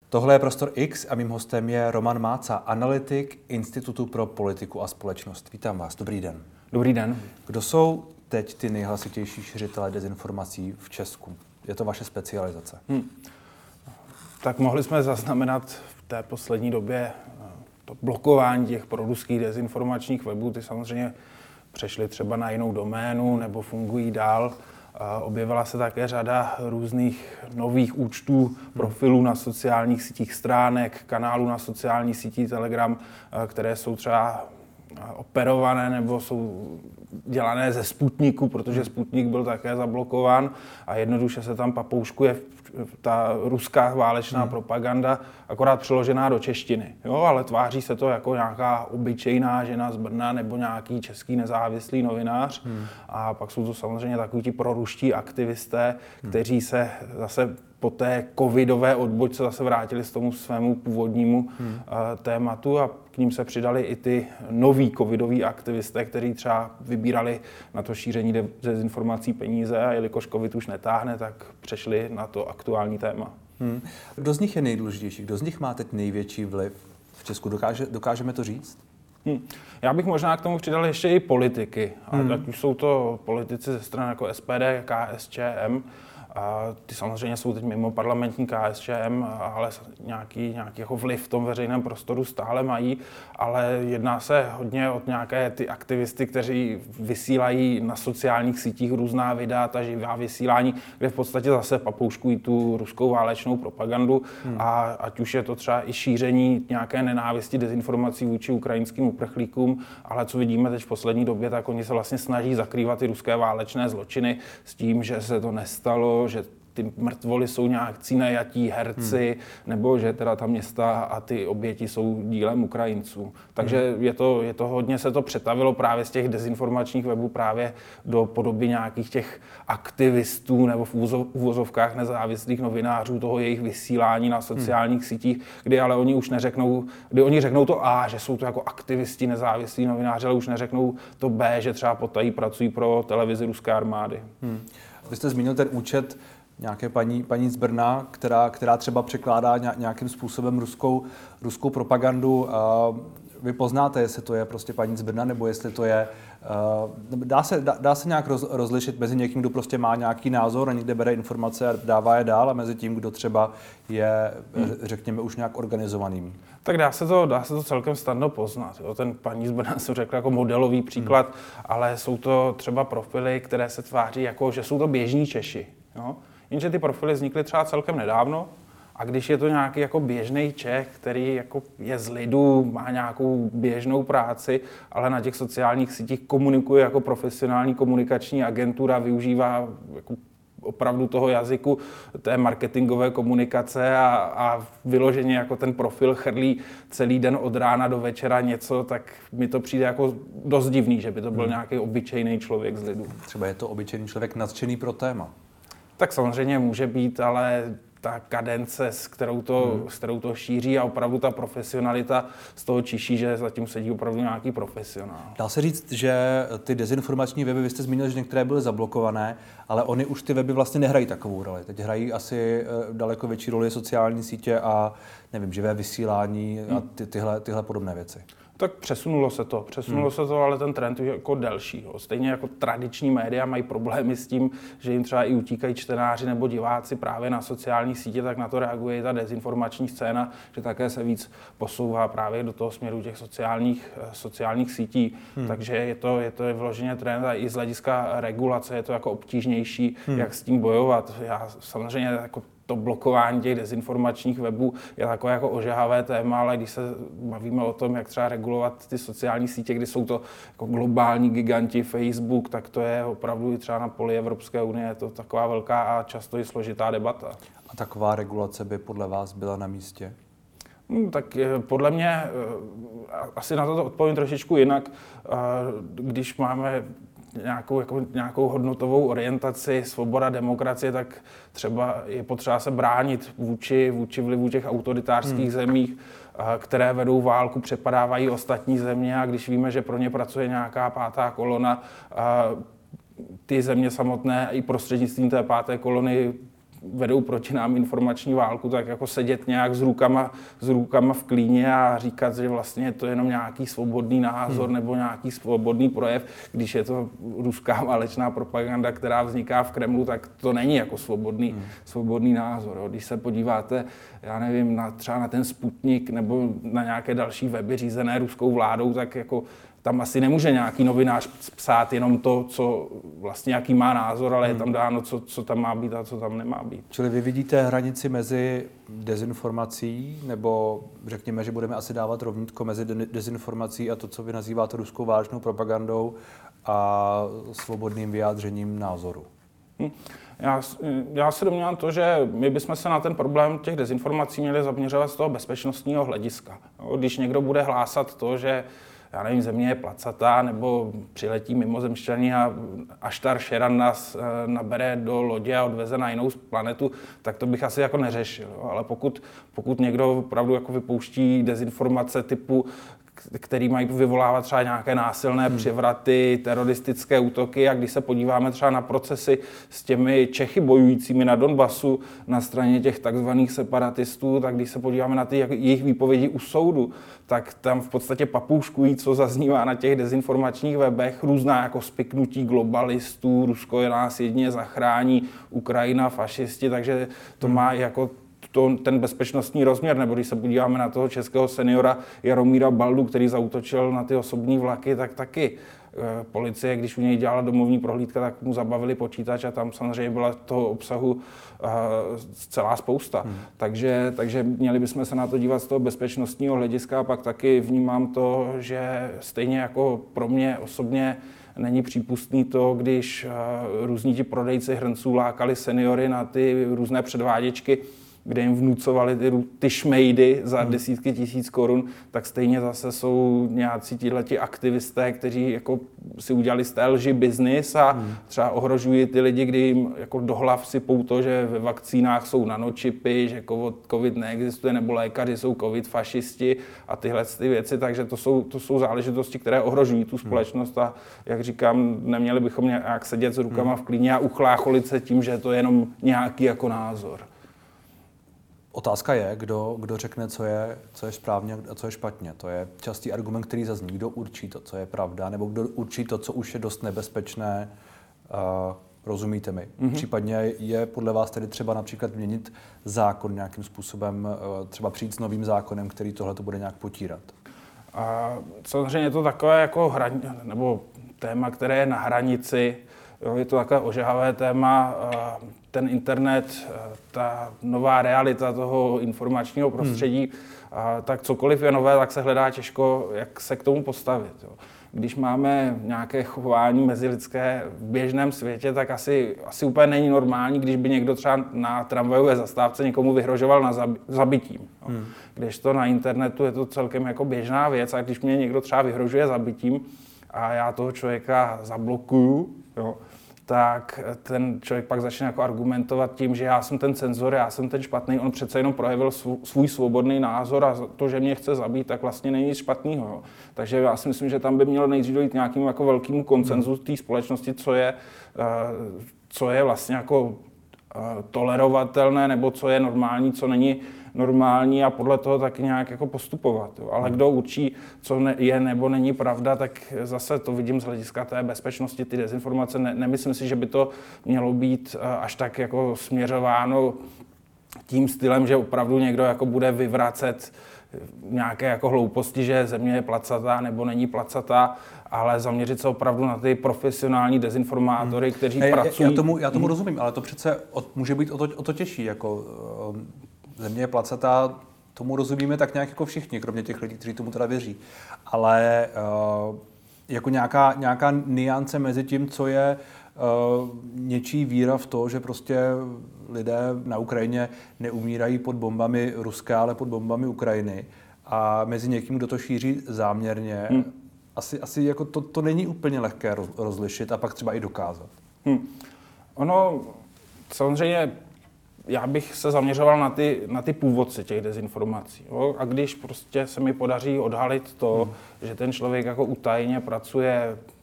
Tohle je Prostor X a mým hostem je Roman Máca, analytik Institutu pro politiku a společnost. Vítám vás, dobrý den. Dobrý den. Kdo jsou teď ty nejhlasitější šiřitelé dezinformací v Česku? Je to vaše specializace? Tak mohli jsme zaznamenat v té poslední době to blokování těch proruských dezinformačních webů. Ty samozřejmě přešly třeba na jinou doménu nebo fungují dál. Objevila se také řada různých nových účtů, profilů na sociálních sítích, stránek, kanálů na sociální sítí Telegram, které jsou třeba operované nebo jsou dělané ze Sputniku, protože Sputnik byl také zablokován a jednoduše se tam papouškuje ta ruská válečná propaganda, akorát přeložená do češtiny. Jo, ale tváří se to jako nějaká obyčejná žena z Brna nebo nějaký český nezávislý novinář. A pak jsou to samozřejmě takoví ti proruští aktivisté, kteří se zase po té covidové odbočce zase vrátili z tomu svému původnímu tématu a k ním se přidali i ty noví covidoví aktivisté, kteří třeba vybírali na to šíření dezinformací peníze a jelikož covid už netáhne, tak přešli na to aktuální téma. Kdo z nich je nejdůležitější? Kdo z nich má teď největší vliv v Česku? Dokážeme to říct? Já bych možná k tomu přidal ještě i politiky. Ať už jsou to politici ze stran jako SPD, KSČM, a ty samozřejmě jsou teď mimo parlamentní KSČM, ale nějaký jako vliv v tom veřejném prostoru stále mají, ale jedná se hodně o nějaké ty aktivisty, kteří vysílají na sociálních sítích různá videa, ta živá vysílání, kde v podstatě zase papouškují tu ruskou válečnou propagandu a ať už je to třeba i šíření nějaké nenávisti, dezinformací vůči ukrajinským uprchlíkům, ale co vidíme teď v poslední době, tak oni se vlastně snaží zakrývat ty ruské válečné zločiny s tím, že se to nestalo, že ty mrtvoly jsou nějakcí najatí herci, nebo že teda ta města a ty oběti jsou dílem Ukrajinců. Takže je to hodně se to přetavilo právě z těch dezinformačních webů právě do podoby nějakých těch aktivistů nebo v uvozovkách nezávislých novinářů, toho jejich vysílání na sociálních sítích, kdy ale oni už neřeknou, kdy oni řeknou to A, že jsou to jako aktivisti, nezávislí novináři, ale už neřeknou to B, že třeba potají pracují pro televizi ruské armády. Vy jste zmínil ten účet nějaké paní z Brna, která třeba překládá nějakým způsobem ruskou propagandu. Vy poznáte, jestli to je prostě paní z Brna, nebo jestli to je... Dá se nějak rozlišit mezi někým, kdo prostě má nějaký názor a někde bere informace a dává je dál, a mezi tím, kdo třeba je, řekněme, už nějak organizovaným? Tak dá se to celkem snadno poznat. Jo. Ten paní z Brna jsem řekl jako modelový příklad, ale jsou to třeba profily, které se tváří jako, že jsou to běžní Češi. Jo. Jenže ty profily vznikly třeba celkem nedávno a když je to nějaký jako běžný Čech, který jako je z lidu, má nějakou běžnou práci, ale na těch sociálních sítích komunikuje jako profesionální komunikační agentura, využívá jako opravdu toho jazyku, té marketingové komunikace a vyloženě jako ten profil chrlí celý den od rána do večera něco, tak mi to přijde jako dost divný, že by to byl nějaký obyčejný člověk z lidu. Třeba je to obyčejný člověk nadšený pro téma. Tak samozřejmě může být, ale ta kadence, s kterou to šíří a opravdu ta profesionalita z toho čiší, že zatím sedí opravdu nějaký profesionál. Dá se říct, že ty dezinformační weby, vy jste zmínil, že některé byly zablokované, ale oni už ty weby vlastně nehrají takovou roli. Teď hrají asi daleko větší roli sociální sítě a nevím, živé vysílání a tyhle podobné věci. Tak přesunulo se to, ale ten trend je jako delší. Jo. Stejně jako tradiční média mají problémy s tím, že jim třeba i utíkají čtenáři nebo diváci právě na sociální sítě, tak na to reaguje i ta dezinformační scéna, že také se víc posouvá právě do toho směru těch sociálních sítí. Takže je to vyloženě trend a i z hlediska regulace je to jako obtížnější, jak s tím bojovat. Já samozřejmě jako to blokování těch dezinformačních webů je takové jako ožehavé téma, ale když se bavíme o tom, jak třeba regulovat ty sociální sítě, kdy jsou to jako globální giganti Facebook, tak to je opravdu i třeba na poli Evropské unie, je to taková velká a často i složitá debata. A taková regulace by podle vás byla na místě? Tak podle mě, asi na to odpovím trošičku jinak, když máme nějakou hodnotovou orientaci, svoboda, demokracie, tak třeba je potřeba se bránit vůči vlivu těch autoritářských zemích, které vedou válku, přepadávají ostatní země, a když víme, že pro ně pracuje nějaká pátá kolona, ty země samotné i prostřednictvím té páté kolony vedou proti nám informační válku, tak jako sedět nějak s rukama v klíně a říkat, že vlastně je to jenom nějaký svobodný názor nebo nějaký svobodný projev, když je to ruská válečná propaganda, která vzniká v Kremlu, tak to není jako svobodný názor. Jo. Když se podíváte, já nevím, třeba na ten Sputnik nebo na nějaké další weby řízené ruskou vládou, tak jako tam asi nemůže nějaký novinář psát jenom to, co vlastně jaký má názor, ale je tam dáno, co tam má být a co tam nemá být. Čili vy vidíte hranici mezi dezinformací, nebo řekněme, že budeme asi dávat rovnítko mezi dezinformací a to, co vy nazýváte ruskou válečnou propagandou a svobodným vyjádřením názoru? Já se domnívám to, že my bychom se na ten problém těch dezinformací měli zaměřovat z toho bezpečnostního hlediska. Když někdo bude hlásat to, že já nevím, Země je placatá, nebo přiletí mimozemšťani a Aštar Sheran nás nabere do lodě a odveze na jinou planetu, tak to bych asi jako neřešil. Ale pokud někdo opravdu jako vypouští dezinformace typu, který mají vyvolávat třeba nějaké násilné převraty, teroristické útoky, a když se podíváme třeba na procesy s těmi Čechy bojujícími na Donbasu na straně těch takzvaných separatistů, tak když se podíváme na ty jejich výpovědi u soudu, tak tam v podstatě papouškují, co zaznívá na těch dezinformačních webech, různá jako spiknutí globalistů, Rusko je nás jedině zachrání, Ukrajina, fašisti, takže to má jako ten bezpečnostní rozměr, nebo když se podíváme na toho českého seniora Jaromíra Baldu, který zaútočil na ty osobní vlaky, tak taky policie, když u něj dělala domovní prohlídka, tak mu zabavili počítač a tam samozřejmě byla toho obsahu celá spousta. Takže měli bychom se na to dívat z toho bezpečnostního hlediska a pak taky vnímám to, že stejně jako pro mě osobně není přípustný to, když různí ti prodejci hrnců lákali seniory na ty různé předváděčky, kde jim vnucovali ty šmejdy za desítky tisíc korun, tak stejně zase jsou nějací tihleti aktivisté, kteří jako si udělali z té lži biznis a třeba ohrožují ty lidi, kdy jim jako do hlav sypou to, že ve vakcínách jsou nanočipy, že covid neexistuje, nebo lékaři jsou covid fašisti a tyhle ty věci, takže to jsou záležitosti, které ohrožují tu společnost a jak říkám, neměli bychom nějak sedět s rukama v klíně a uchlácholit se tím, že to je jenom nějaký jako názor. Otázka je, kdo řekne, co je správně a co je špatně. To je častý argument, který zazní. Kdo určí to, co je pravda, nebo kdo určí to, co už je dost nebezpečné. Rozumíte mi? Případně je podle vás tedy třeba například měnit zákon nějakým způsobem, třeba přijít s novým zákonem, který tohle to bude nějak potírat? Samozřejmě je to takové jako nebo téma, které je na hranici. Jo, je to takové ožehavé téma. Ten internet, ta nová realita toho informačního prostředí, tak cokoliv je nové, tak se hledá těžko, jak se k tomu postavit. Jo. Když máme nějaké chování mezilidské v běžném světě, tak asi úplně není normální, když by někdo třeba na tramvajové zastávce někomu vyhrožoval zabitím. Jo. Kdežto na internetu je to celkem jako běžná věc a když mě někdo třeba vyhrožuje zabitím a já toho člověka zablokuju, jo, tak ten člověk pak začne jako argumentovat tím, že já jsem ten cenzor, já jsem ten špatný, on přece jenom projevil svůj svobodný názor a to, že mě chce zabít, tak vlastně není nic špatného. Jo. Takže já si myslím, že tam by mělo nejdřív dojít nějakému jako velkému konsenzu té společnosti, co je vlastně jako tolerovatelné, nebo co je normální, co není normální a podle toho taky nějak jako postupovat. Jo. Ale kdo určí, co je nebo není pravda, tak zase to vidím z hlediska té bezpečnosti, ty dezinformace. Nemyslím si, že by to mělo být až tak jako směřováno tím stylem, že opravdu někdo jako bude vyvracet nějaké jako hlouposti, že Země je placatá nebo není placatá, ale zaměřit se opravdu na ty profesionální dezinformátory, kteří pracují. Já tomu rozumím, ale to přece může být o to těžší. Jako, Země je placatá, tomu rozumíme tak nějak jako všichni, kromě těch lidí, kteří tomu teda věří. Ale jako nějaká nuance mezi tím, co je něčí víra v to, že prostě lidé na Ukrajině neumírají pod bombami Ruska, ale pod bombami Ukrajiny. A mezi někým, kdo to šíří záměrně, asi jako to není úplně lehké rozlišit a pak třeba i dokázat. Ono, samozřejmě, já bych se zaměřoval na ty původce těch dezinformací. Jo? A když prostě se mi podaří odhalit to, že ten člověk jako utajeně pracuje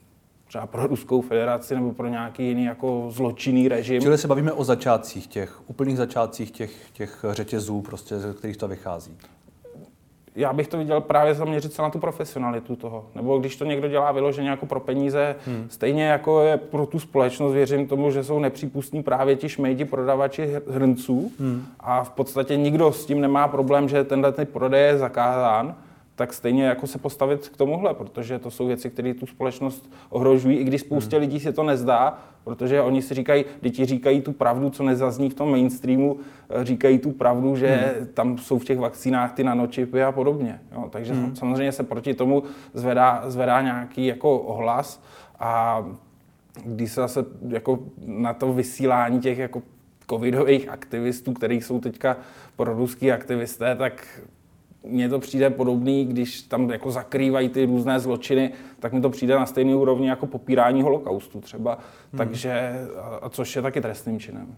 třeba pro Ruskou federaci nebo pro nějaký jiný jako zločinný režim. Čili se bavíme o začátcích úplných začátcích těch řetězů, prostě, ze kterých to vychází. Já bych to viděl právě zaměřit se na tu profesionalitu toho. Nebo když to někdo dělá vyloženě jako pro peníze, stejně jako je pro tu společnost, věřím tomu, že jsou nepřípustní právě ti šmejdi prodavači hrnců a v podstatě nikdo s tím nemá problém, že tenhle prodej je zakázán, tak stejně jako se postavit k tomuhle, protože to jsou věci, které tu společnost ohrožují, i když spoustě lidí si to nezdá, protože oni si říkají, děti říkají tu pravdu, co nezazní v tom mainstreamu, říkají tu pravdu, že tam jsou v těch vakcínách ty nanočipy a podobně. Jo, takže samozřejmě se proti tomu zvedá nějaký jako ohlas a když se zase jako na to vysílání těch jako covidových aktivistů, kterých jsou teďka proruský aktivisté, tak mně to přijde podobný, když tam jako zakrývají ty různé zločiny, tak mi to přijde na stejné úrovni jako popírání holokaustu třeba, takže, což je taky trestným činem.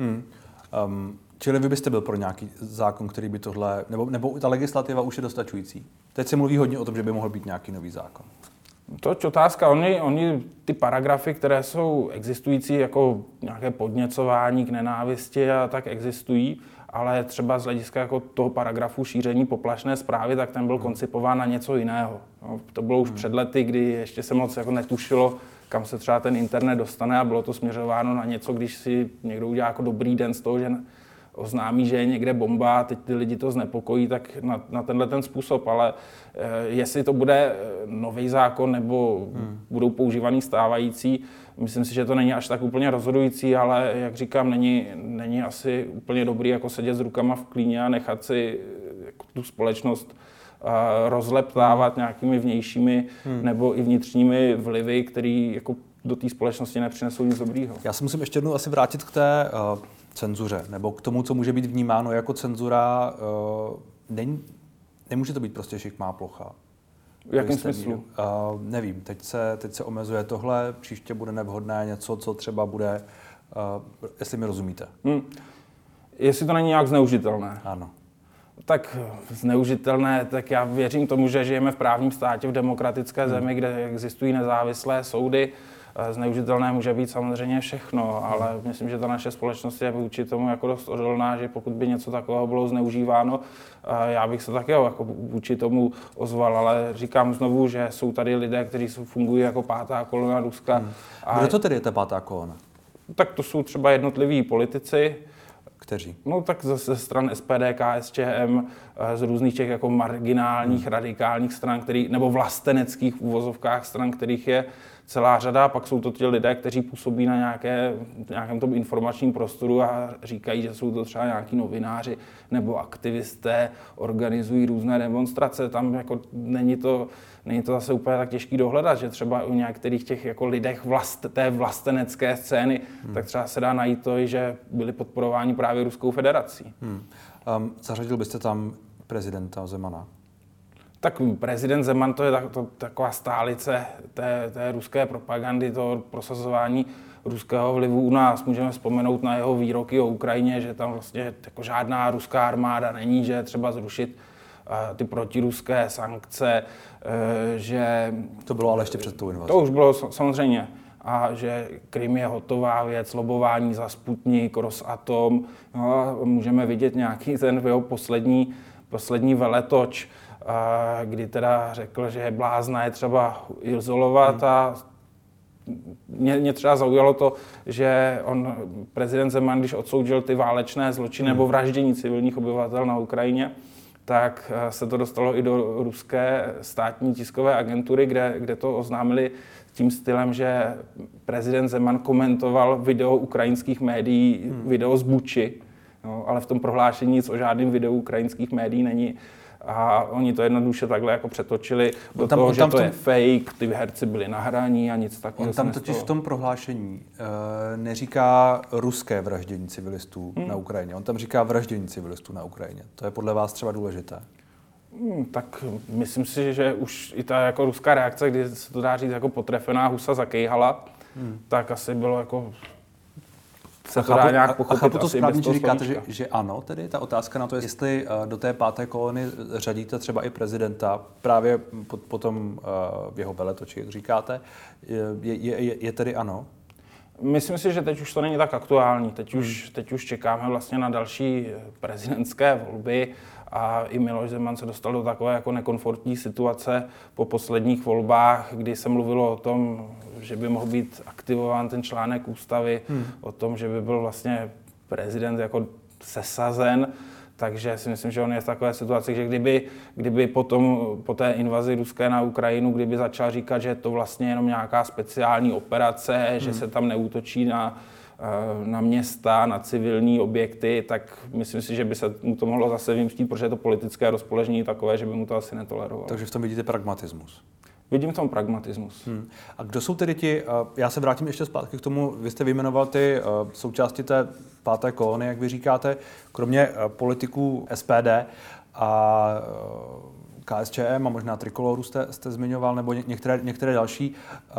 Čili vy byste byl pro nějaký zákon, který by tohle, nebo ta legislativa už je dostačující? Teď se mluví hodně o tom, že by mohl být nějaký nový zákon. To je otázka. Oni ty paragrafy, které jsou existující jako nějaké podněcování k nenávisti a tak existují, ale třeba z hlediska jako toho paragrafu šíření poplašné zprávy, tak ten byl koncipován na něco jiného. No, to bylo už před lety, kdy ještě se moc jako netušilo, kam se třeba ten internet dostane a bylo to směřováno na něco, když si někdo udělá jako dobrý den z toho, že oznámí, že je někde bomba a teď ty lidi to znepokojí, tak na tenhle ten způsob, ale jestli to bude nový zákon nebo budou používaný stávající, myslím si, že to není až tak úplně rozhodující, ale jak říkám, není asi úplně dobrý jako sedět s rukama v klíně a nechat si jako tu společnost rozleptávat nějakými vnějšími nebo i vnitřními vlivy, který jako do té společnosti nepřinesou nic dobrýho. Já se musím ještě jednou asi vrátit k té cenzuře, nebo k tomu, co může být vnímáno jako cenzura. Nemůže to být prostě šikmá plocha. V jakém smyslu? Nevím, teď se omezuje tohle, příště bude nevhodné něco, co třeba bude, jestli mi rozumíte. Jestli to není nějak zneužitelné. Ano. Tak zneužitelné, tak já věřím tomu, že žijeme v právním státě, v demokratické zemi, kde existují nezávislé soudy. Zneužitelné může být samozřejmě všechno, ale myslím, že ta naše společnost je vůči tomu jako dost odolná, že pokud by něco takového bylo zneužíváno, já bych se také jako vůči tomu ozval, ale říkám znovu, že jsou tady lidé, kteří fungují jako pátá kolona Ruska. Kdo to tedy je ta pátá kolona? Tak to jsou třeba jednotliví politici. Kteří? No tak ze stran SPD, KSČM, z různých těch jako marginálních, radikálních stran, nebo vlasteneckých uvozovkách stran, kterých je celá řada. Pak jsou to ti lidé, kteří působí na nějakém tom informačním prostoru a říkají, že jsou to třeba nějaký novináři nebo aktivisté, organizují různé demonstrace. Tam jako není to zase úplně tak těžký dohledat, že třeba u některých těch jako lidech té vlastenecké scény, tak třeba se dá najít to, že byli podporováni právě Ruskou federací. Zařadil byste tam prezidenta Zemana? Tak prezident Zeman, to je taková stálice té ruské propagandy, toho prosazování ruského vlivu u nás. Můžeme vzpomenout na jeho výroky o Ukrajině, že tam vlastně jako žádná ruská armáda není, že je třeba zrušit ty protiruské sankce, že... To bylo ale ještě před tou invazí. To už bylo samozřejmě. A že Krym je hotová věc, lobování za Sputnik, Rosatom. No a můžeme vidět nějaký ten jeho poslední veletoč, kdy teda řekl, že je blázna, je třeba izolovat a mě třeba zaujalo to, že prezident Zeman, když odsoudil ty válečné zločiny nebo vraždění civilních obyvatel na Ukrajině, tak se to dostalo i do ruské státní tiskové agentury, kde to oznámili tím stylem, že prezident Zeman komentoval video ukrajinských médií, video z Buči, no, ale v tom prohlášení nic o žádném videu ukrajinských médií není. A oni to jednoduše takhle jako přetočili do toho, že to je fake, ty herci byli nahraní a nic takového. On tam totiž v tom prohlášení neříká ruské vraždění civilistů na Ukrajině. On tam říká vraždění civilistů na Ukrajině. To je podle vás třeba důležité? Tak myslím si, že už i ta jako ruská reakce, kdy se to dá říct jako potrefená husa zakejhala, tak asi bylo jako se to dá nějak pochopit. A chápu to asi správně, bez toho že říkáte, slovíčka. že ano, tedy ta otázka na to, jestli do té páté kolony řadíte třeba i prezidenta, právě potom v jeho veletoči, jak říkáte, je tedy ano? Myslím si, že teď už to není tak aktuální. Teď už čekáme vlastně na další prezidentské volby a i Miloš Zeman se dostal do takové jako nekomfortní situace po posledních volbách, kdy se mluvilo o tom, že by mohl být aktivován ten článek ústavy, o tom, že by byl vlastně prezident jako sesazen. Takže si myslím, že on je v takové situaci, že kdyby po té invazi ruské na Ukrajinu, kdyby začal říkat, že je to vlastně jenom nějaká speciální operace, že se tam neútočí na města, na civilní objekty, tak myslím si, že by se mu to mohlo zase vymstít, protože to politické rozpoložení je takové, že by mu to asi netolerovalo. Takže v tom vidíte pragmatismus. Vidím v tom pragmatismus. A kdo jsou tedy ti, já se vrátím ještě zpátky k tomu, vy jste vyjmenoval ty součásti té páté kolony, jak vy říkáte, kromě politiků SPD a KSČM a možná Trikoloru jste zmiňoval, nebo některé další.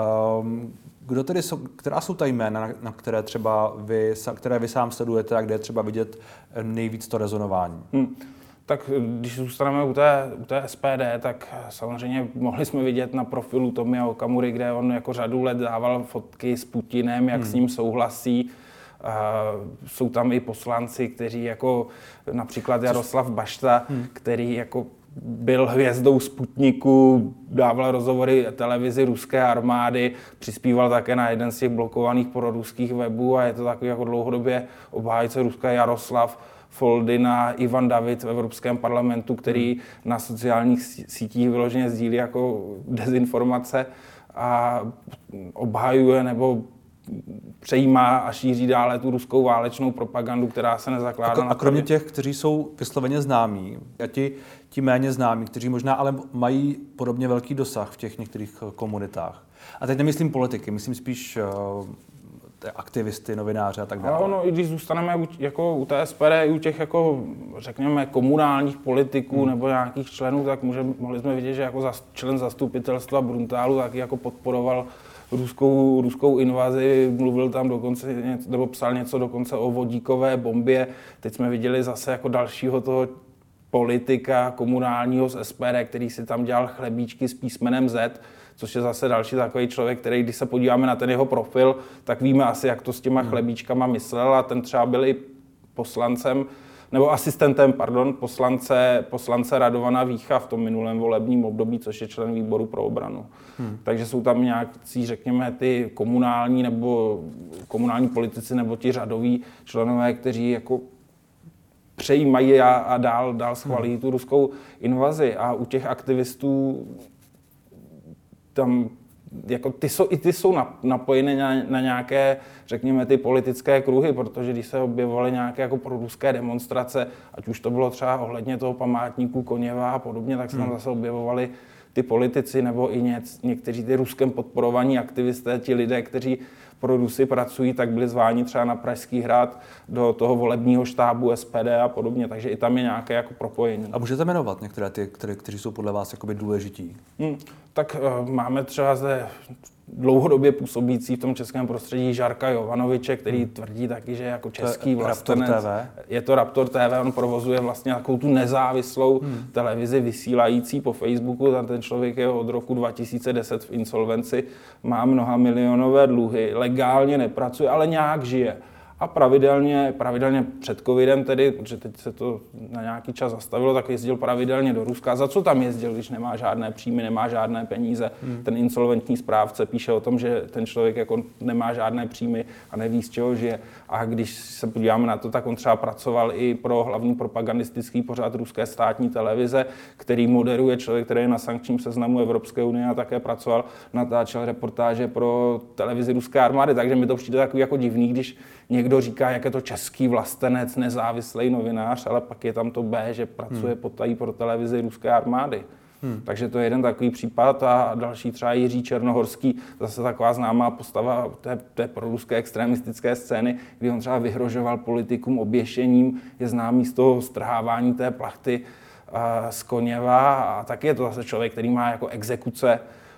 Kdo tedy jsou, která jsou ta jména, na které třeba které vy sám sledujete a kde je třeba vidět nejvíc to rezonování? Tak když zůstaneme u té SPD, tak samozřejmě mohli jsme vidět na profilu Tomia Okamury, kde on jako řadu let dával fotky s Putinem, jak s ním souhlasí. Jsou tam i poslanci, kteří jako například Jaroslav Bašta, který jako byl hvězdou Sputniku, dával rozhovory televizi ruské armády, přispíval také na jeden z těch blokovaných proruských webů a je to takový jako dlouhodobě obhájce ruské Jaroslav Foldina, Ivan David v Evropském parlamentu, který na sociálních sítích vyloženě sdílí jako dezinformace a obhajuje nebo přejímá a šíří dále tu ruskou válečnou propagandu, která se nezakládá na a kromě těch, kteří jsou vysloveně známí, a ti méně známí, kteří možná ale mají podobně velký dosah v těch některých komunitách. A teď nemyslím politiky, myslím spíš aktivisty, novináře a tak dále. No, i když zůstaneme u té SPD, i u těch jako, řekněme, komunálních politiků nebo nějakých členů, tak mohli jsme vidět, že jako člen zastupitelstva Bruntálu taky jako podporoval ruskou invazi, mluvil tam dokonce, nebo psal něco dokonce o vodíkové bombě. Teď jsme viděli zase jako dalšího toho politika komunálního z SPD, který si tam dělal chlebíčky s písmenem Z, což je zase další takový člověk, který, když se podíváme na ten jeho profil, tak víme asi, jak to s těma chlebíčkama myslel a ten třeba byl i poslancem, nebo asistentem, poslance Radovana Vícha v tom minulém volebním období, což je člen výboru pro obranu. Takže jsou tam nějaký, řekněme, ty komunální politici nebo ti řadoví členové, kteří jako přejímají a dál schvalí tu ruskou invazi. A u těch aktivistů tam jako ty jsou napojeny na nějaké, řekněme, ty politické kruhy, protože když se objevovaly nějaké jako proruské demonstrace, ať už to bylo třeba ohledně toho památníku Koněva a podobně, tak se tam zase objevovali ty politici nebo i někteří ty ruskem podporovaní aktivisté, ti lidé, kteří pro Rusy pracují, tak byli zváni třeba na Pražský hrad do toho volebního štábu SPD a podobně, takže i tam je nějaké jako propojení. A můžete jmenovat některé ty, kteří jsou podle vás jakoby důležití? Tak máme třeba zde dlouhodobě působící v tom českém prostředí Žarka Jovanoviče, který tvrdí taky, že jako český vlastenec. Je to Raptor TV, on provozuje vlastně takovou tu nezávislou televizi vysílající po Facebooku. Ten člověk je od roku 2010 v insolvenci, má mnoha milionové dluhy, legálně nepracuje, ale nějak žije. A pravidelně před covidem tedy, protože teď se to na nějaký čas zastavilo, tak jezdil pravidelně do Ruska. Za co tam jezdil, když nemá žádné příjmy, nemá žádné peníze? Ten insolventní správce píše o tom, že ten člověk jako nemá žádné příjmy a neví, z čeho žije. A když se podíváme na to, tak on třeba pracoval i pro hlavní propagandistický pořad ruské státní televize, který moderuje člověk, který je na sankčním seznamu Evropské unie a také natáčel reportáže pro televizi ruské armády. Takže mi to přijde takový jako divný, když někdo říká, jak je to český vlastenec, nezávislý novinář, ale pak je tam to B, že pracuje potají pro televizi ruské armády. Takže to je jeden takový případ a další třeba Jiří Černohorský, zase taková známá postava té proruské extremistické scény, kdy on třeba vyhrožoval politikům oběšením, je známý z toho strhávání té plachty z Koněva a taky je to zase člověk, který má jako exekuce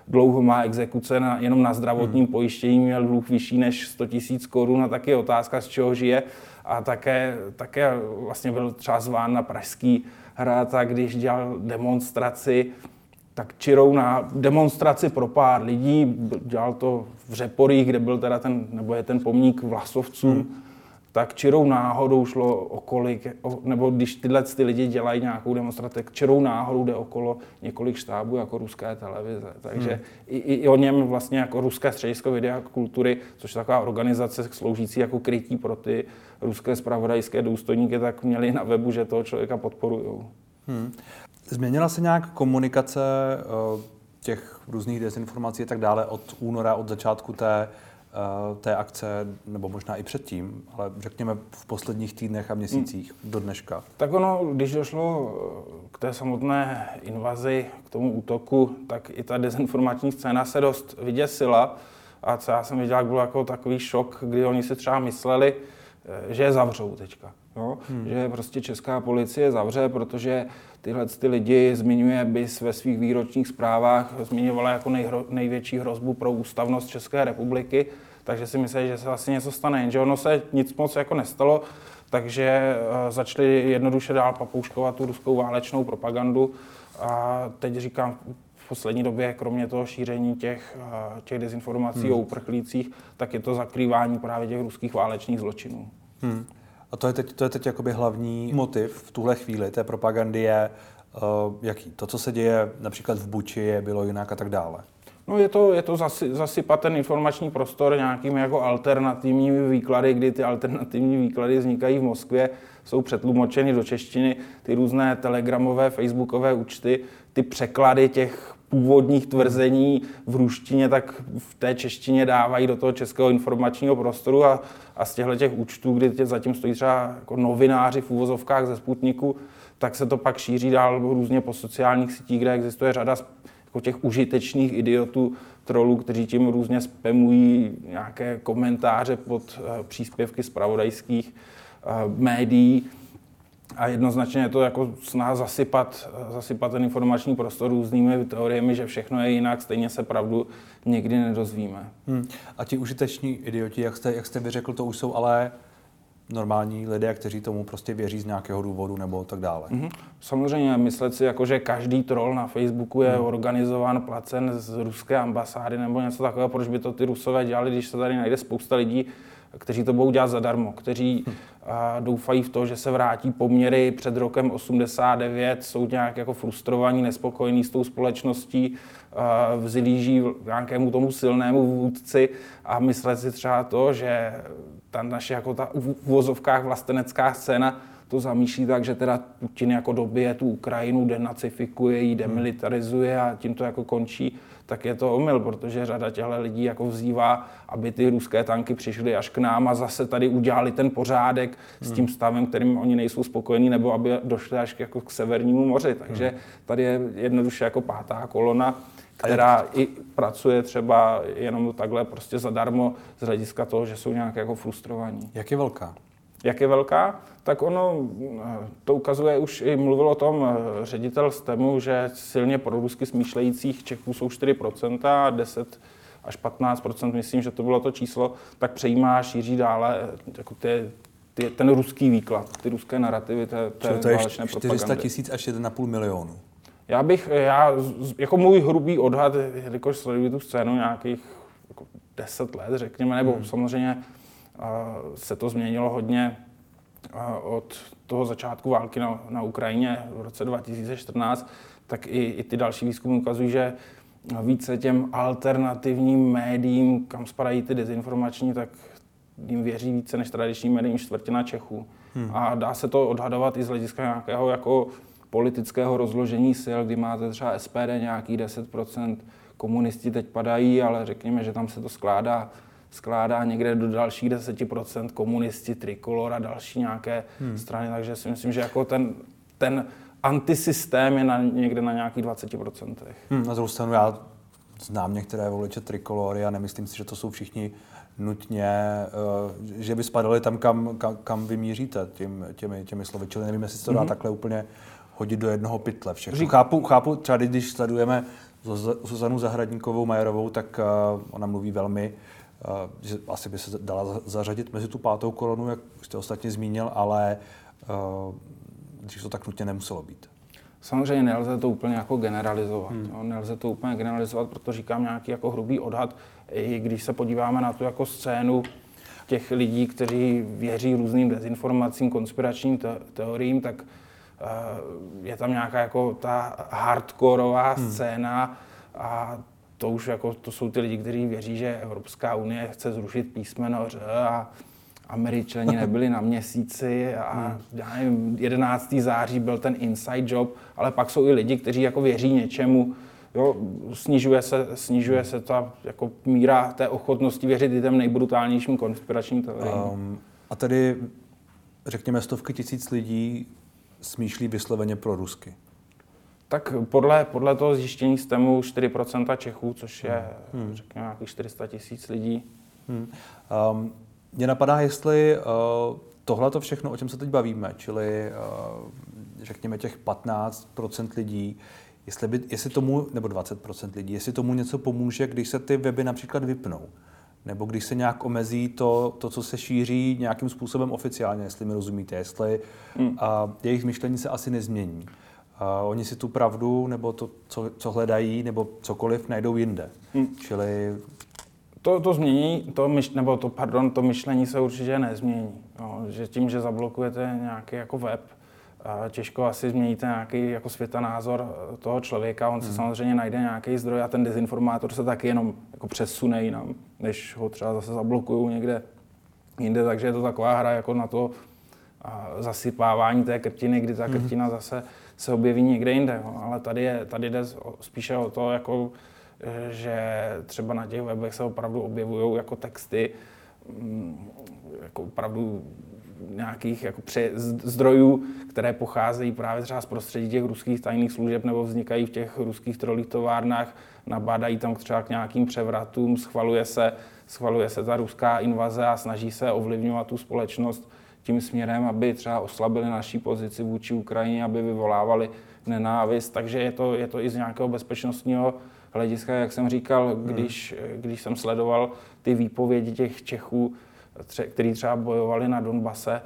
dlouho má exekuce jenom na zdravotním pojištění, měl dluh vyšší než 100 000 korun a taky je otázka, z čeho žije. A také vlastně byl třeba zván na Pražský hrad a když dělal demonstraci, tak čirou na demonstraci pro pár lidí, dělal to v Řeporích, kde byl teda je ten pomník Vlasovcům, tak čirou náhodou šlo nebo když ty lidi dělají nějakou demonstraci, tak čirou náhodou jde okolo několik štábů jako ruské televize. Takže i o něm vlastně jako Ruské středisko videa kultury, což je taková organizace sloužící jako krytí pro ty ruské zpravodajské důstojníky, tak měli na webu, že toho člověka podporujou. Změnila se nějak komunikace těch různých dezinformací a tak dále od února, od začátku té akce, nebo možná i předtím, ale řekněme v posledních týdnech a měsících do dneška? Tak ono, když došlo k té samotné invazi, k tomu útoku, tak i ta dezinformační scéna se dost vyděsila. A co já jsem viděl, jak byl jako takový šok, kdy oni si třeba mysleli, že je zavřou teďka. Jo? Že prostě česká policie zavře, protože tyhle lidi zmiňuje BIS ve svých výročních zprávách, zmiňovala jako největší hrozbu pro ústavnost České republiky, takže si mysleli, že se vlastně něco stane, jenže ono se nic moc jako nestalo, takže začali jednoduše dál papouškovat tu ruskou válečnou propagandu a teď říkám, v poslední době, kromě toho šíření těch dezinformací o uprchlících, tak je to zakrývání právě těch ruských válečných zločinů. A to je teď jakoby hlavní motiv v tuhle chvíli té propagandy je jaký? To, co se děje například v Buči, bylo jinak a tak dále. No je to zasypat ten informační prostor nějakými jako alternativními výklady, kdy ty alternativní výklady vznikají v Moskvě, jsou přetlumočeny do češtiny, ty různé telegramové, facebookové účty, ty překlady těch původních tvrzení v ruštině, tak v té češtině dávají do toho českého informačního prostoru a z těch účtů, kdy zatím stojí třeba jako novináři v uvozovkách ze Sputniku, tak se to pak šíří dál různě po sociálních sítích, kde existuje řada jako těch užitečných idiotů, trolů, kteří tím různě spamují nějaké komentáře pod příspěvky zpravodajských médií. A jednoznačně je to jako snaha zasypat ten informační prostor různými teoriemi, že všechno je jinak, stejně se pravdu nikdy nedozvíme. A ti užiteční idioti, jak jste vyřekl, to už jsou ale normální lidé, kteří tomu prostě věří z nějakého důvodu nebo tak dále. Samozřejmě myslet si, jako, že každý troll na Facebooku je organizován, placen z ruské ambasády nebo něco takového, proč by to ty Rusové dělali, když se tady najde spousta lidí, kteří to budou dělat zadarmo, kteří doufají v to, že se vrátí poměry před rokem 89, jsou nějak jako frustrovaní, nespokojení s tou společností, vzlíží nějakému tomu silnému vůdci a myslet si třeba to, že ta naše jako ta v uvozovkách vlastenecká scéna to zamýšlí tak, že teda Putin jako dobije tu Ukrajinu, denacifikuje ji, demilitarizuje a tím to jako končí, tak je to omyl, protože řada těchto lidí jako vzývá, aby ty ruské tanky přišly až k nám a zase tady udělali ten pořádek s tím stavem, kterým oni nejsou spokojení, nebo aby došli až jako k Severnímu moři. Takže tady je jednoduše jako pátá kolona, která i pracuje třeba jenom takhle prostě zadarmo z hlediska toho, že jsou nějak jako frustrovaní. Jak je velká? Jak je velká? Tak ono to ukazuje, už i mluvil o tom ředitel STEMu, že silně prorusky smýšlejících Čechů jsou 4%, 10 až 15%, myslím, že to bylo to číslo, tak přejímá, šíří dále jako ten ruský výklad, ty ruské narrativy té válečné propagandy. 400 000 až 1,5 milionu. Já jako můj hrubý odhad, jelikož sleduji tu scénu nějakých jako 10 let, řekněme, nebo samozřejmě se to změnilo hodně od toho začátku války na Ukrajině v roce 2014, tak i ty další výzkumy ukazují, že více těm alternativním médiím, kam spadají ty dezinformační, tak jim věří více než tradičním médiím čtvrtina Čechů. A dá se to odhadovat i z hlediska nějakého jako politického rozložení sil, kdy máte třeba SPD nějakých 10%, komunisti teď padají, ale řekněme, že tam se to skládá někde do dalších 10%, komunisti, Trikolor a další nějaké strany, takže si myslím, že jako ten antisystém je někde na nějakých 20%. Na druhou stranu já znám některé voliče Trikolory a nemyslím si, že to jsou všichni nutně, že by spadali tam, kam vy míříte těmi slovy. Čili nevím, jestli se to dá takhle úplně hodit do jednoho pytle všechno. Chápu, třeba když sledujeme Zuzanu Zahradníkovou Majerovou, tak ona mluví velmi, že asi by se dala zařadit mezi tu 5. kolonu, jak jste ostatně zmínil, ale dřív to tak nutně nemuselo být. Samozřejmě nelze to úplně jako generalizovat. Nelze to úplně generalizovat, protože říkám nějaký jako hrubý odhad. I když se podíváme na tu jako scénu těch lidí, kteří věří různým dezinformacím, konspiračním teoriím, tak je tam nějaká jako ta hardkorová scéna a to už jako, to jsou ty lidi, kteří věří, že Evropská unie chce zrušit písmeno Ř a Američani nebyli na Měsíci a já nevím, 11. září byl ten inside job, ale pak jsou i lidi, kteří jako věří něčemu. Jo, snižuje se ta jako míra té ochotnosti věřit i těm nejbrutálnějším konspiračním teoriím. A tedy, řekněme, stovky tisíc lidí smýšlí vysloveně prorusky. Tak podle toho zjištění STEMu 4% Čechů, což je, řekněme, nějakých 400 tisíc lidí. Mě napadá, jestli tohleto všechno, o čem se teď bavíme, čili řekněme těch 15% lidí, jestli tomu, nebo 20% lidí, jestli tomu něco pomůže, když se ty weby například vypnou, nebo když se nějak omezí to, co se šíří nějakým způsobem oficiálně, jestli mi rozumíte, jestli jejich myšlení se asi nezmění. Oni si tu pravdu, nebo to, co hledají, nebo cokoliv najdou jinde. Čili to myšlení se určitě nezmění. No, že tím, že zablokujete nějaký jako web, těžko asi změníte nějaký jako světonázor toho člověka. On si samozřejmě najde nějaký zdroj a ten dezinformátor se taky jenom jako přesune jinam, než ho třeba zase zablokují někde jinde. Takže je to taková hra jako na to zasypávání té krtiny, kdy ta krtina zase se objeví někde jinde. No. Ale tady jde spíše o to, jako, že třeba na těch webech se opravdu objevují jako texty, jako opravdu nějakých jako zdrojů, které pocházejí právě třeba z prostředí těch ruských tajných služeb nebo vznikají v těch ruských trolích továrnách, nabádají tam třeba k nějakým převratům, schvaluje se ta ruská invaze a snaží se ovlivňovat tu společnost tím směrem, aby třeba oslabili naší pozici vůči Ukrajině, aby vyvolávali nenávist. Takže je to i z nějakého bezpečnostního hlediska, jak jsem říkal, když jsem sledoval ty výpovědi těch Čechů, kteří třeba bojovali na Donbase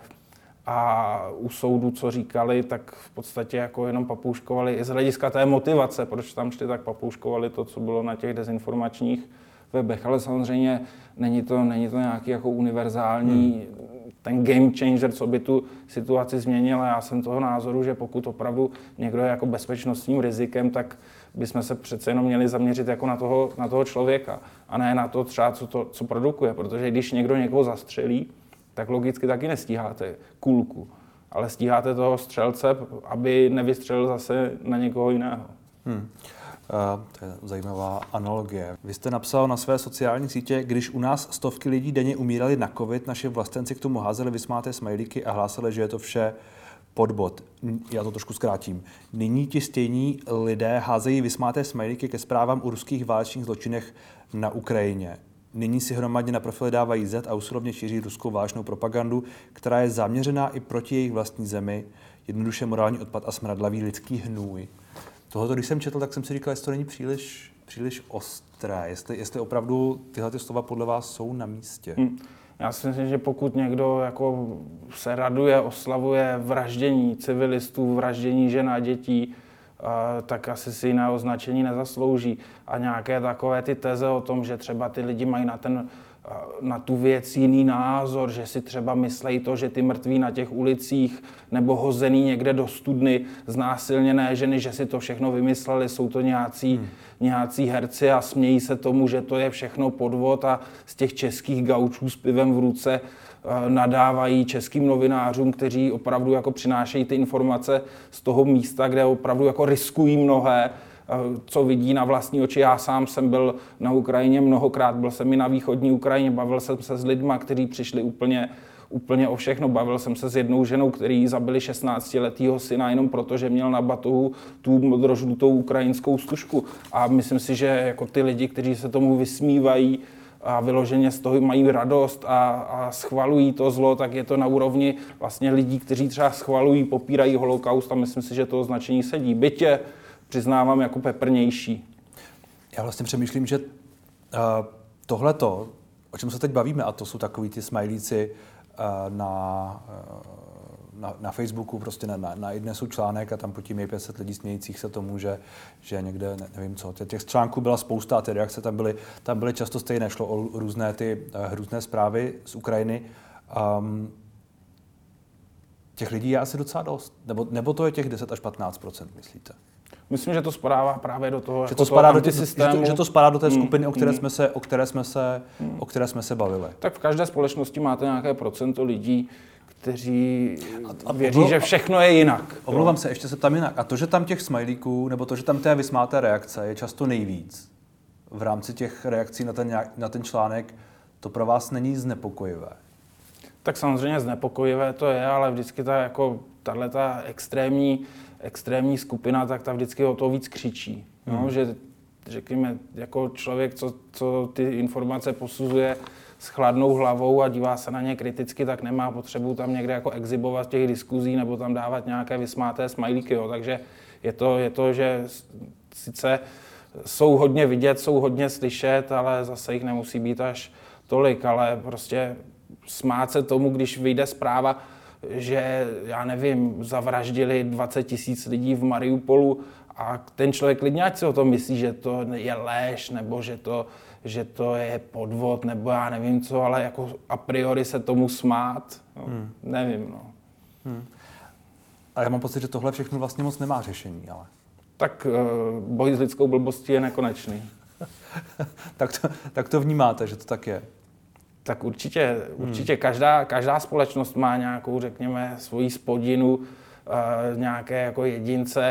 a u soudu, co říkali, tak v podstatě jako jenom papouškovali i z hlediska té motivace, proč tam šli, tak papouškovali to, co bylo na těch dezinformačních webech. Ale samozřejmě není to nějaký jako univerzální ten game changer, co by tu situaci změnil. Já jsem toho názoru, že pokud opravdu někdo je jako bezpečnostním rizikem, tak bychom se přece jenom měli zaměřit jako na toho člověka a ne na to třeba, co produkuje. Protože když někdo někoho zastřelí, tak logicky taky nestíháte kulku, ale stíháte toho střelce, aby nevystřelil zase na někoho jiného. To je zajímavá analogie. Vy jste napsal na své sociální sítě, když u nás stovky lidí denně umírali na covid, naši vlastenci k tomu házeli vysmáté smajlíky a hlásali, že je to vše podbod. Já to trošku zkrátím. Nyní ti stejní lidé házejí vysmáté smajlíky ke zprávám o ruských válečných zločinech na Ukrajině. Nyní si hromadně na profily dávají Z a usilovně šíří ruskou válečnou propagandu, která je zaměřená i proti jejich vlastní zemi, jednoduše morální odpad a smradlavý lidský hnůj. Tohoto, když jsem četl, tak jsem si říkal, jestli to není příliš ostré, jestli opravdu tyhle slova podle vás jsou na místě. Já si myslím, že pokud někdo jako se raduje, oslavuje vraždění civilistů, vraždění žen a dětí, tak asi si jiné označení nezaslouží. A nějaké takové ty teze o tom, že třeba ty lidi mají na tu věc jiný názor, že si třeba myslejí to, že ty mrtví na těch ulicích nebo hozený někde do studny, znásilněné ženy, že si to všechno vymysleli, jsou to nějací herci a smějí se tomu, že to je všechno podvod a z těch českých gaučů s pivem v ruce nadávají českým novinářům, kteří opravdu jako přinášejí ty informace z toho místa, kde opravdu jako riskují mnohé, co vidí na vlastní oči. Já sám jsem byl na Ukrajině mnohokrát, byl jsem i na východní Ukrajině, bavil jsem se s lidma, kteří přišli úplně o všechno. Bavil jsem se s jednou ženou, který zabili 16letýho syna jenom proto, že měl na batohu tu modrožlutou ukrajinskou stužku. A myslím si, že jako ty lidi, kteří se tomu vysmívají a vyloženě z toho mají radost a schvalují to zlo, tak je to na úrovni vlastně lidí, kteří třeba schvalují, popírají holokaust a myslím si, že to označení sedí. Byť je, přiznávám, jako peprnější. Já vlastně přemýšlím, že tohleto, o čem se teď bavíme, a to jsou takový ty smajlíci na Facebooku, prostě na iDnesu článek a tam pod tím je 500 lidí smějících se tomu, že někde, nevím co, těch článků byla spousta a ty reakce tam byly často stejné, šlo o různé ty hrůzné zprávy z Ukrajiny. Těch lidí je asi docela dost, nebo to je těch 10 až 15%, myslíte? Myslím, že to spadá právě do toho, že to spadá do systému, že to spadá do té skupiny, o které jsme se bavili. Tak v každé společnosti máte nějaké procento lidí, kteří věří, že všechno je jinak. Omlouvám se, ještě se tam jinak. A to, že tam těch smajlíků, nebo to, že tam té vysmáté reakce je často nejvíc v rámci těch reakcí na ten článek, to pro vás není znepokojivé? Tak samozřejmě znepokojivé to je, ale vždycky tahleta extrémní skupina, tak ta vždycky o to víc křičí. No, že řekněme, jako člověk, co ty informace posuzuje s chladnou hlavou a dívá se na ně kriticky, tak nemá potřebu tam někde jako exhibovat těch diskuzí nebo tam dávat nějaké vysmáté smajlíky. Jo. Takže je to, že sice jsou hodně vidět, jsou hodně slyšet, ale zase jich nemusí být až tolik, ale prostě smát se tomu, když vyjde zpráva, že, já nevím, zavraždili 20 000 lidí v Mariupolu a ten člověk klidně ať si o tom myslí, že to je lež, nebo že to je podvod, nebo já nevím co, ale jako a priori se tomu smát, no, nevím, no. A já mám pocit, že tohle všechno vlastně moc nemá řešení, ale... Tak boj s lidskou blbostí je nekonečný. tak to vnímáte, že to tak je? Tak určitě každá společnost má nějakou, řekněme, svoji spodinu, nějaké jako jedince,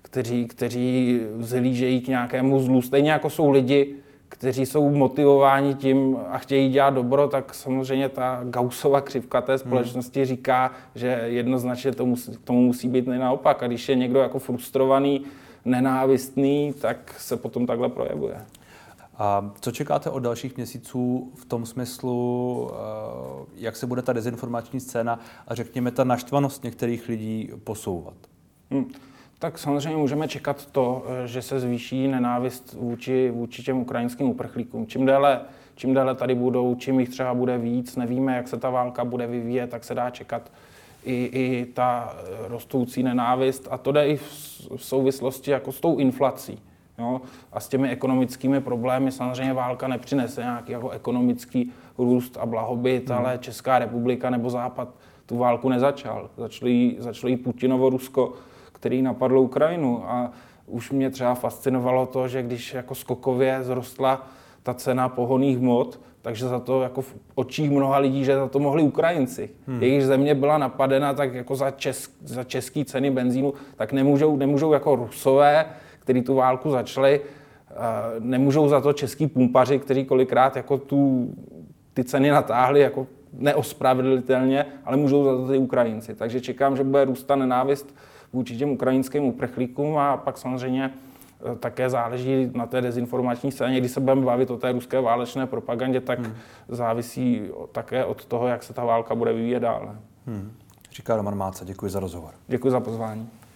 kteří vzhlížejí k nějakému zlu. Stejně jako jsou lidi, kteří jsou motivováni tím a chtějí dělat dobro, tak samozřejmě ta Gaussova křivka té společnosti říká, že jednoznačně k tomu musí být naopak. A když je někdo jako frustrovaný, nenávistný, tak se potom takhle projevuje. A co čekáte od dalších měsíců v tom smyslu, jak se bude ta dezinformační scéna a řekněme ta naštvanost některých lidí posouvat? Tak samozřejmě můžeme čekat to, že se zvýší nenávist vůči těm ukrajinským uprchlíkům. Čím déle tady budou, čím jich třeba bude víc, nevíme, jak se ta válka bude vyvíjet, tak se dá čekat i ta rostoucí nenávist. A to jde i v souvislosti jako s tou inflací. Jo? A s těmi ekonomickými problémy samozřejmě válka nepřinese nějaký jako ekonomický růst a blahobyt, ale Česká republika nebo Západ tu válku nezačal. Začalo jí Putinovo Rusko, který napadlo Ukrajinu. A už mě třeba fascinovalo to, že když jako skokově zrostla ta cena pohonných hmot, takže za to jako v očích mnoha lidí, že za to mohli Ukrajinci. Jejich země byla napadena, tak jako za český ceny benzínu, tak nemůžou jako Rusové, kteří tu válku začali, nemůžou za to český pumpaři, kteří kolikrát jako ty ceny natáhli jako neospravedlitelně, ale můžou za to ty Ukrajinci. Takže čekám, že bude růst ta nenávist vůči těm ukrajinským uprchlíkům a pak samozřejmě také záleží na té dezinformační scéně. Když se budeme bavit o té ruské válečné propagandě, tak závisí také od toho, jak se ta válka bude vyvíjet dále. Říká Roman Máca, děkuji za rozhovor. Děkuji za pozvání.